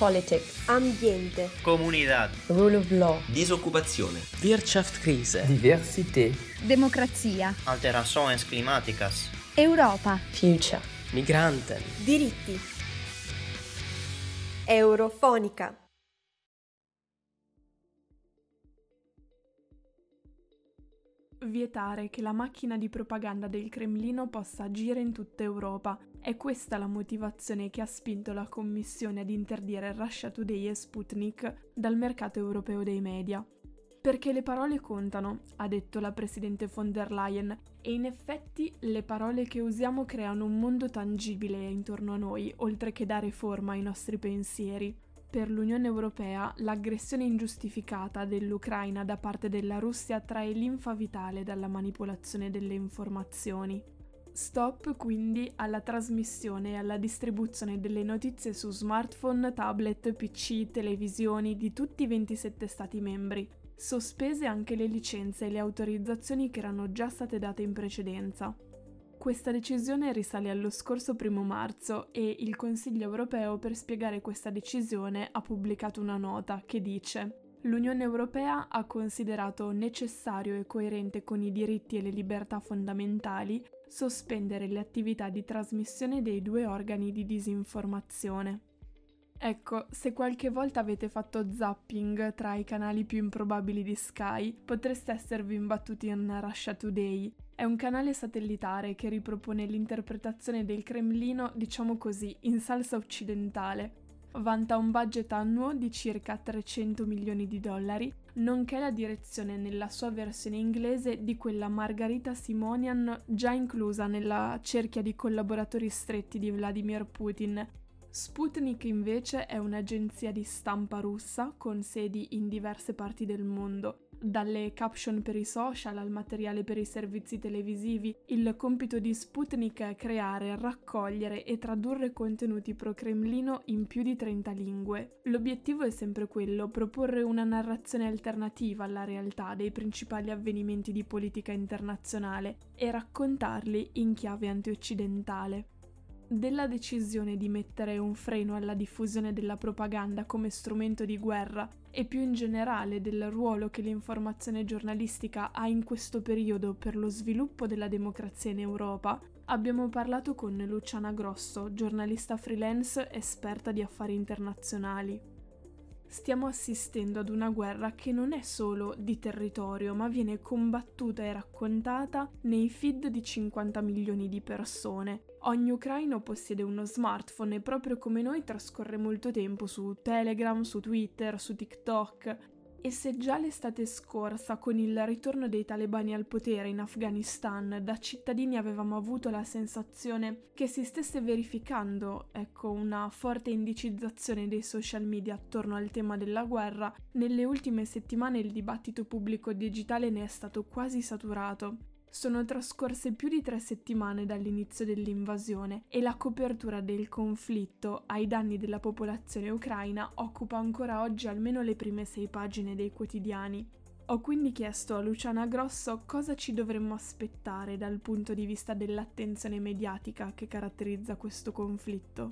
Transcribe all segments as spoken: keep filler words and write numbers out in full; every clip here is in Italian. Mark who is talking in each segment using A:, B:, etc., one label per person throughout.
A: Politik,
B: ambiente,
C: comunità,
A: rule of law,
D: disoccupazione,
E: Wirtschaftskrise,
F: diversità,
G: democrazia,
C: alterações climáticas,
G: Europa,
A: future,
E: migranten,
B: diritti. Eurofonica.
H: Vietare che la macchina di propaganda del Cremlino possa agire in tutta Europa. È questa la motivazione che ha spinto la Commissione ad interdire Russia Today e Sputnik dal mercato europeo dei media. Perché le parole contano, ha detto la presidente von der Leyen, e in effetti le parole che usiamo creano un mondo tangibile intorno a noi, oltre che dare forma ai nostri pensieri. Per l'Unione Europea, l'aggressione ingiustificata dell'Ucraina da parte della Russia trae linfa vitale dalla manipolazione delle informazioni. Stop quindi alla trasmissione e alla distribuzione delle notizie su smartphone, tablet, P C, televisioni di tutti i ventisette Stati membri. Sospese anche le licenze e le autorizzazioni che erano già state date in precedenza. Questa decisione risale allo scorso primo marzo e il Consiglio europeo, per spiegare questa decisione, ha pubblicato una nota che dice: l'Unione Europea ha considerato necessario e coerente con i diritti e le libertà fondamentali sospendere le attività di trasmissione dei due organi di disinformazione. Ecco, se qualche volta avete fatto zapping tra i canali più improbabili di Sky, potreste esservi imbattuti in Russia Today. È un canale satellitare che ripropone l'interpretazione del Cremlino, diciamo così, in salsa occidentale. Vanta un budget annuo di circa trecento milioni di dollari, nonché la direzione nella sua versione inglese di quella Margarita Simonian, già inclusa nella cerchia di collaboratori stretti di Vladimir Putin. Sputnik invece è un'agenzia di stampa russa con sedi in diverse parti del mondo. Dalle caption per i social al materiale per i servizi televisivi, il compito di Sputnik è creare, raccogliere e tradurre contenuti pro-Cremlino in più di trenta lingue. L'obiettivo è sempre quello, proporre una narrazione alternativa alla realtà dei principali avvenimenti di politica internazionale e raccontarli in chiave antioccidentale. Della decisione di mettere un freno alla diffusione della propaganda come strumento di guerra e più in generale del ruolo che l'informazione giornalistica ha in questo periodo per lo sviluppo della democrazia in Europa, abbiamo parlato con Luciana Grosso, giornalista freelance esperta di affari internazionali. Stiamo assistendo ad una guerra che non è solo di territorio, ma viene combattuta e raccontata nei feed di cinquanta milioni di persone. Ogni ucraino possiede uno smartphone e proprio come noi trascorre molto tempo su Telegram, su Twitter, su TikTok. E se già l'estate scorsa, con il ritorno dei talebani al potere in Afghanistan, da cittadini avevamo avuto la sensazione che si stesse verificando, ecco, una forte indicizzazione dei social media attorno al tema della guerra, nelle ultime settimane il dibattito pubblico digitale ne è stato quasi saturato. Sono trascorse più di tre settimane dall'inizio dell'invasione e la copertura del conflitto ai danni della popolazione ucraina occupa ancora oggi almeno le prime sei pagine dei quotidiani. Ho quindi chiesto a Luciana Grosso cosa ci dovremmo aspettare dal punto di vista dell'attenzione mediatica che caratterizza questo conflitto.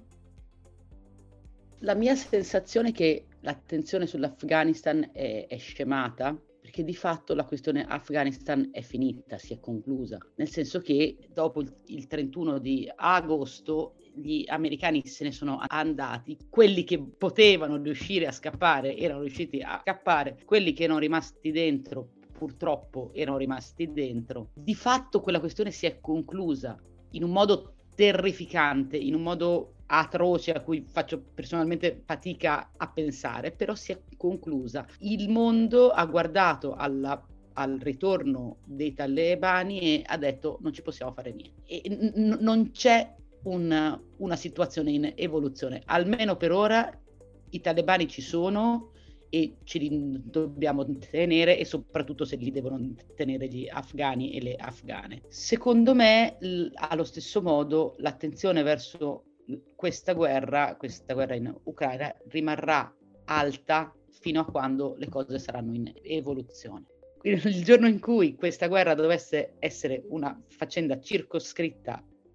I: La mia sensazione è che l'attenzione sull'Afghanistan è, è scemata, perché di fatto la questione Afghanistan è finita, si è conclusa, nel senso che dopo il, il trentuno di agosto gli americani se ne sono andati, quelli che potevano riuscire a scappare erano riusciti a scappare, quelli che erano rimasti dentro purtroppo erano rimasti dentro. Di fatto quella questione si è conclusa in un modo terrificante, in un modo atroce a cui faccio personalmente fatica a pensare, però si è conclusa. Il mondo ha guardato alla, al ritorno dei talebani e ha detto non ci possiamo fare niente. E n- non c'è un, una situazione in evoluzione, almeno per ora i talebani ci sono e ce li dobbiamo tenere, e soprattutto se li devono tenere gli afghani e le afghane. Secondo me, l- allo stesso modo, l'attenzione verso questa guerra, questa guerra in Ucraina rimarrà alta fino a quando le cose saranno in evoluzione. Il giorno in cui questa guerra dovesse essere una faccenda circoscritta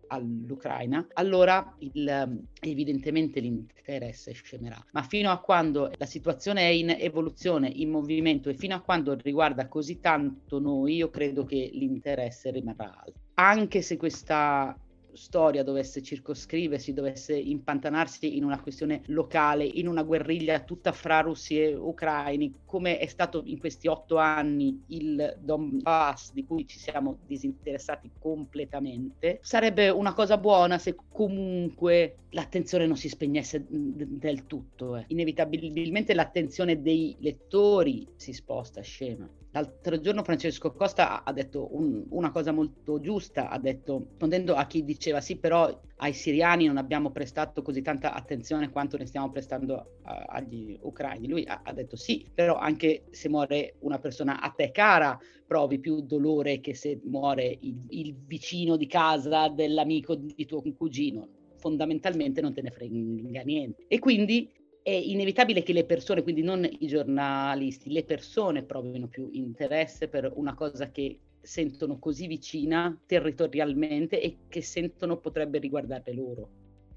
I: all'Ucraina, allora il, evidentemente l'interesse scemerà. Ma fino a quando la situazione è in evoluzione, in movimento, e fino a quando riguarda così tanto noi, io credo che l'interesse rimarrà alto. Anche se questa storia dovesse circoscriversi, dovesse impantanarsi in una questione locale, in una guerriglia tutta fra russi e ucraini, come è stato in questi otto anni il Donbass, di cui ci siamo disinteressati completamente, sarebbe una cosa buona se comunque l'attenzione non si spegnesse del tutto. Eh. Inevitabilmente l'attenzione dei lettori si sposta, scema. L'altro giorno Francesco Costa ha detto un, una cosa molto giusta, ha detto, rispondendo a chi diceva sì, però ai siriani non abbiamo prestato così tanta attenzione quanto ne stiamo prestando a, agli ucraini. Lui ha, ha detto sì, però anche se muore una persona a te cara, provi più dolore che se muore il, il vicino di casa dell'amico di tuo cugino. Fondamentalmente non te ne frega niente. E quindi è inevitabile che le persone, quindi non i giornalisti, le persone provino più interesse per una cosa che sentono così vicina territorialmente e che sentono potrebbe riguardare loro.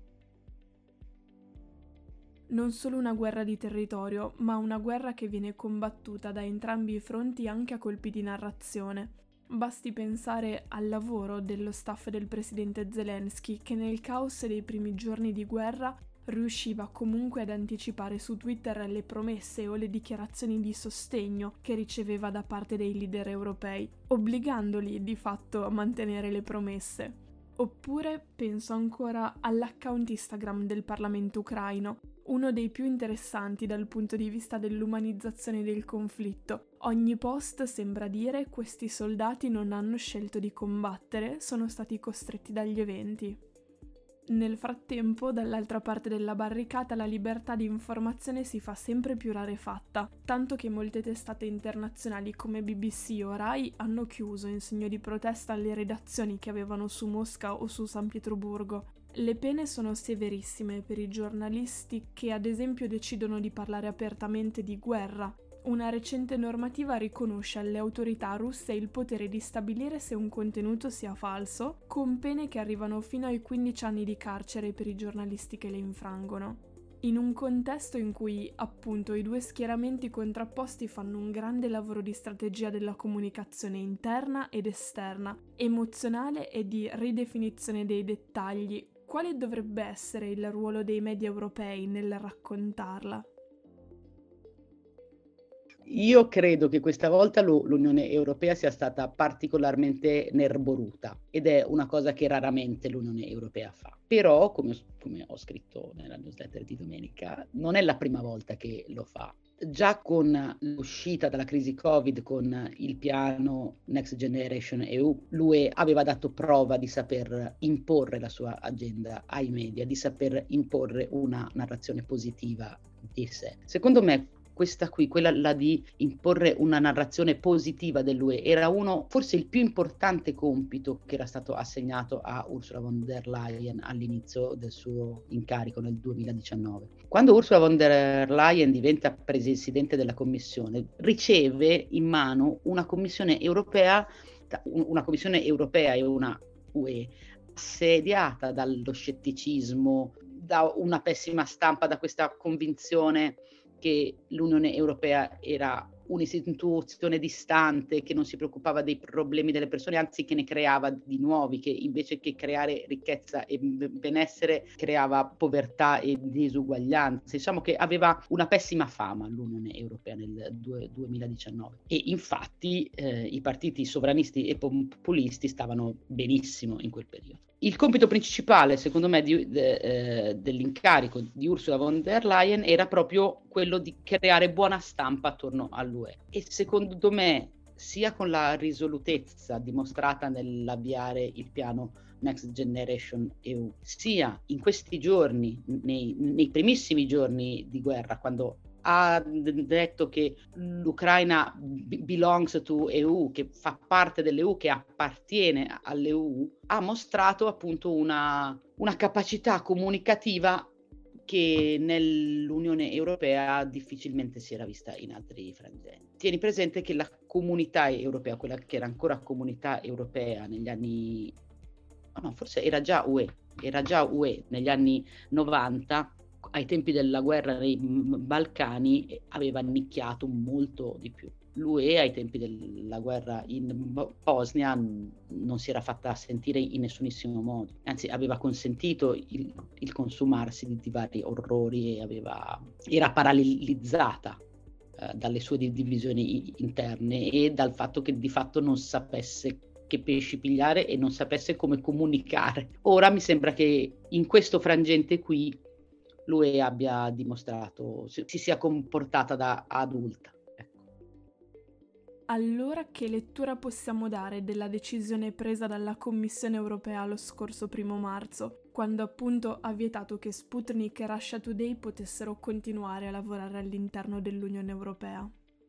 H: Non solo una guerra di territorio, ma una guerra che viene combattuta da entrambi i fronti anche a colpi di narrazione. Basti pensare al lavoro dello staff del presidente Zelensky, che nel caos dei primi giorni di guerra riusciva comunque ad anticipare su Twitter le promesse o le dichiarazioni di sostegno che riceveva da parte dei leader europei, obbligandoli di fatto a mantenere le promesse. Oppure penso ancora all'account Instagram del Parlamento ucraino, uno dei più interessanti dal punto di vista dell'umanizzazione del conflitto. Ogni post sembra dire: questi soldati non hanno scelto di combattere, sono stati costretti dagli eventi. Nel frattempo, dall'altra parte della barricata, la libertà di informazione si fa sempre più rarefatta, tanto che molte testate internazionali come B B C o Rai hanno chiuso in segno di protesta le redazioni che avevano su Mosca o su San Pietroburgo. Le pene sono severissime per i giornalisti che, ad esempio, decidono di parlare apertamente di guerra. Una recente normativa riconosce alle autorità russe il potere di stabilire se un contenuto sia falso, con pene che arrivano fino ai quindici anni di carcere per i giornalisti che le infrangono. In un contesto in cui, appunto, i due schieramenti contrapposti fanno un grande lavoro di strategia della comunicazione interna ed esterna, emozionale e di ridefinizione dei dettagli, quale dovrebbe essere il ruolo dei media europei nel raccontarla?
I: Io credo che questa volta l'Unione Europea sia stata particolarmente nerboruta ed è una cosa che raramente l'Unione Europea fa. Però, come ho, come ho scritto nella newsletter di domenica, non è la prima volta che lo fa. Già con l'uscita dalla crisi Covid, con il piano Next Generation E U, l'U E aveva dato prova di saper imporre la sua agenda ai media, di saper imporre una narrazione positiva di sé. Secondo me, questa qui, quella la di imporre una narrazione positiva dell'U E, era uno, forse il più importante compito che era stato assegnato a Ursula von der Leyen all'inizio del suo incarico nel duemiladiciannove. Quando Ursula von der Leyen diventa presidente della Commissione, riceve in mano una Commissione europea, una Commissione europea e una U E assediata dallo scetticismo, da una pessima stampa, da questa convinzione che l'Unione Europea era un'istituzione distante, che non si preoccupava dei problemi delle persone, anzi che ne creava di nuovi, che invece che creare ricchezza e benessere creava povertà e disuguaglianze. Diciamo che aveva una pessima fama l'Unione Europea nel duemiladiciannove e infatti eh, i partiti sovranisti e populisti stavano benissimo in quel periodo. Il compito principale, secondo me, di, de, eh, dell'incarico di Ursula von der Leyen era proprio quello di creare buona stampa attorno all'U E. E secondo me, sia con la risolutezza dimostrata nell'avviare il piano Next Generation E U, sia in questi giorni, nei, nei primissimi giorni di guerra, quando ha detto che l'Ucraina belongs to E U, che fa parte dell'E U, che appartiene all'E U, ha mostrato appunto una, una capacità comunicativa che nell'Unione Europea difficilmente si era vista in altri frangenti. Tieni presente che la comunità europea, quella che era ancora comunità europea negli anni no, forse era già U E, era già U E negli anni novanta, ai tempi della guerra nei Balcani aveva nicchiato molto di più. L'U E ai tempi della guerra in Bosnia non si era fatta sentire in nessunissimo modo, anzi aveva consentito il, il consumarsi di, di vari orrori e aveva, era paralizzata eh, dalle sue divisioni interne e dal fatto che di fatto non sapesse che pesci pigliare e non sapesse come comunicare. Ora mi sembra che in questo frangente qui l'U E abbia dimostrato, si, si sia comportata da adulta. Ecco.
H: Allora che lettura possiamo dare della decisione presa dalla Commissione europea lo scorso primo marzo, quando appunto ha vietato che Sputnik e Russia Today potessero continuare a lavorare all'interno dell'Unione Europea?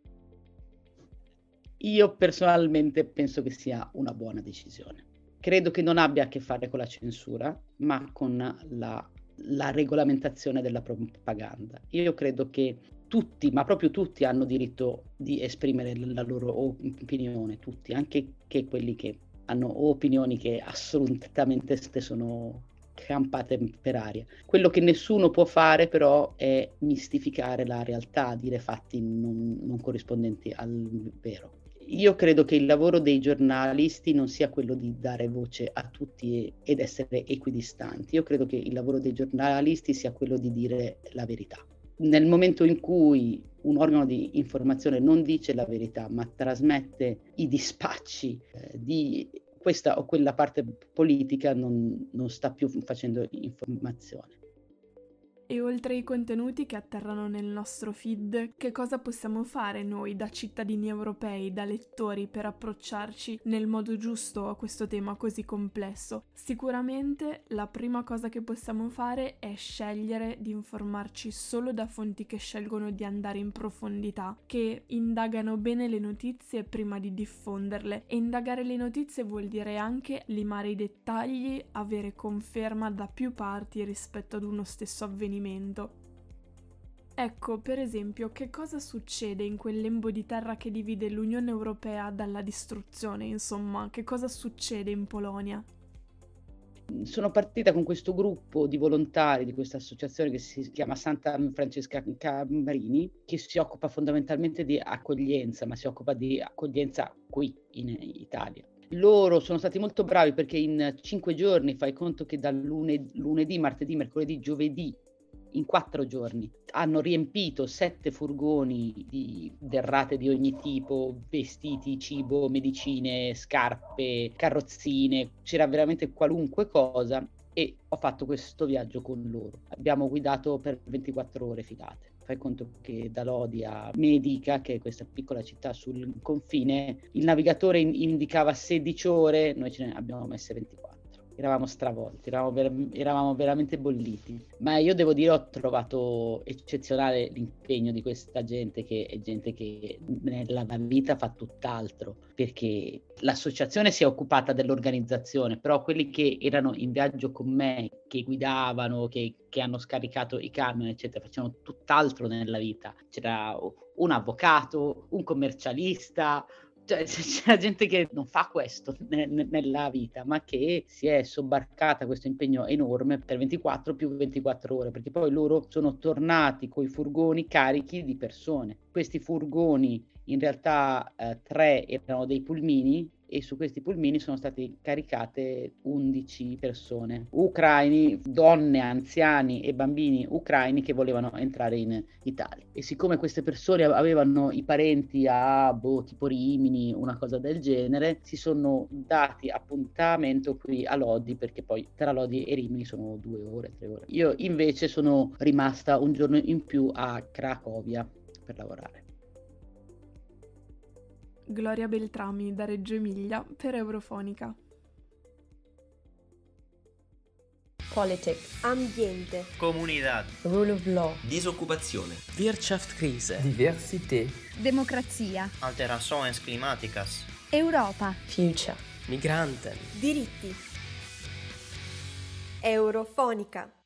I: Io personalmente penso che sia una buona decisione. Credo che non abbia a che fare con la censura, ma con la la regolamentazione della propaganda. Io credo che tutti, ma proprio tutti, hanno diritto di esprimere la loro opinione, tutti, anche che quelli che hanno opinioni che assolutamente sono campate per aria. Quello che nessuno può fare però è mistificare la realtà, dire fatti non, non corrispondenti al vero. Io credo che il lavoro dei giornalisti non sia quello di dare voce a tutti ed essere equidistanti. Io credo che il lavoro dei giornalisti sia quello di dire la verità. Nel momento in cui un organo di informazione non dice la verità, ma trasmette i dispacci eh, di questa o quella parte politica, non, non sta più facendo informazione.
H: E oltre ai contenuti che atterrano nel nostro feed, che cosa possiamo fare noi da cittadini europei, da lettori, per approcciarci nel modo giusto a questo tema così complesso? Sicuramente la prima cosa che possiamo fare è scegliere di informarci solo da fonti che scelgono di andare in profondità, che indagano bene le notizie prima di diffonderle. E indagare le notizie vuol dire anche limare i dettagli, avere conferma da più parti rispetto ad uno stesso avvenimento. Ecco, per esempio, che cosa succede in quel lembo di terra che divide l'Unione Europea dalla distruzione, insomma, che cosa succede in Polonia?
I: Sono partita con questo gruppo di volontari di questa associazione che si chiama Santa Francesca Cabrini, che si occupa fondamentalmente di accoglienza, ma si occupa di accoglienza qui in Italia. Loro sono stati molto bravi perché in cinque giorni, fai conto che dal lunedì, lunedì, martedì, mercoledì, giovedì, in quattro giorni hanno riempito sette furgoni di derrate di ogni tipo, vestiti, cibo, medicine, scarpe, carrozzine, c'era veramente qualunque cosa e ho fatto questo viaggio con loro. Abbiamo guidato per ventiquattro ore filate. Fai conto che da Lodi a Medica, che è questa piccola città sul confine, il navigatore in- indicava sedici ore, noi ce ne abbiamo messe ventiquattro. Eravamo stravolti, eravamo, ver- eravamo veramente bolliti. Ma io devo dire ho trovato eccezionale l'impegno di questa gente, che è gente che nella vita fa tutt'altro, perché l'associazione si è occupata dell'organizzazione, però quelli che erano in viaggio con me, che guidavano, che, che hanno scaricato i camion, eccetera, facevano tutt'altro nella vita. C'era un avvocato, un commercialista, cioè c'è gente che non fa questo ne, ne, nella vita, ma che si è sobbarcata questo impegno enorme per ventiquattro più ventiquattro ore, perché poi loro sono tornati coi furgoni carichi di persone. Questi furgoni in realtà eh, tre erano dei pulmini e su questi pulmini sono state caricate undici persone, ucraini, donne, anziani e bambini ucraini che volevano entrare in Italia. E siccome queste persone avevano i parenti a boh, tipo Rimini, una cosa del genere, si sono dati appuntamento qui a Lodi, perché poi tra Lodi e Rimini sono due ore, tre ore. Io invece sono rimasta un giorno in più a Cracovia per lavorare.
H: Gloria Beltrami da Reggio Emilia per Eurofonica.
B: Politics, ambiente,
C: Comunidad.
E: Rule of law.
A: Disoccupazione.
E: Wirtschaftskrise.
D: Diversità.
G: Democrazia.
C: Alterações climáticas.
G: Europa.
E: Future. Migranten.
B: diritti. Eurofonica.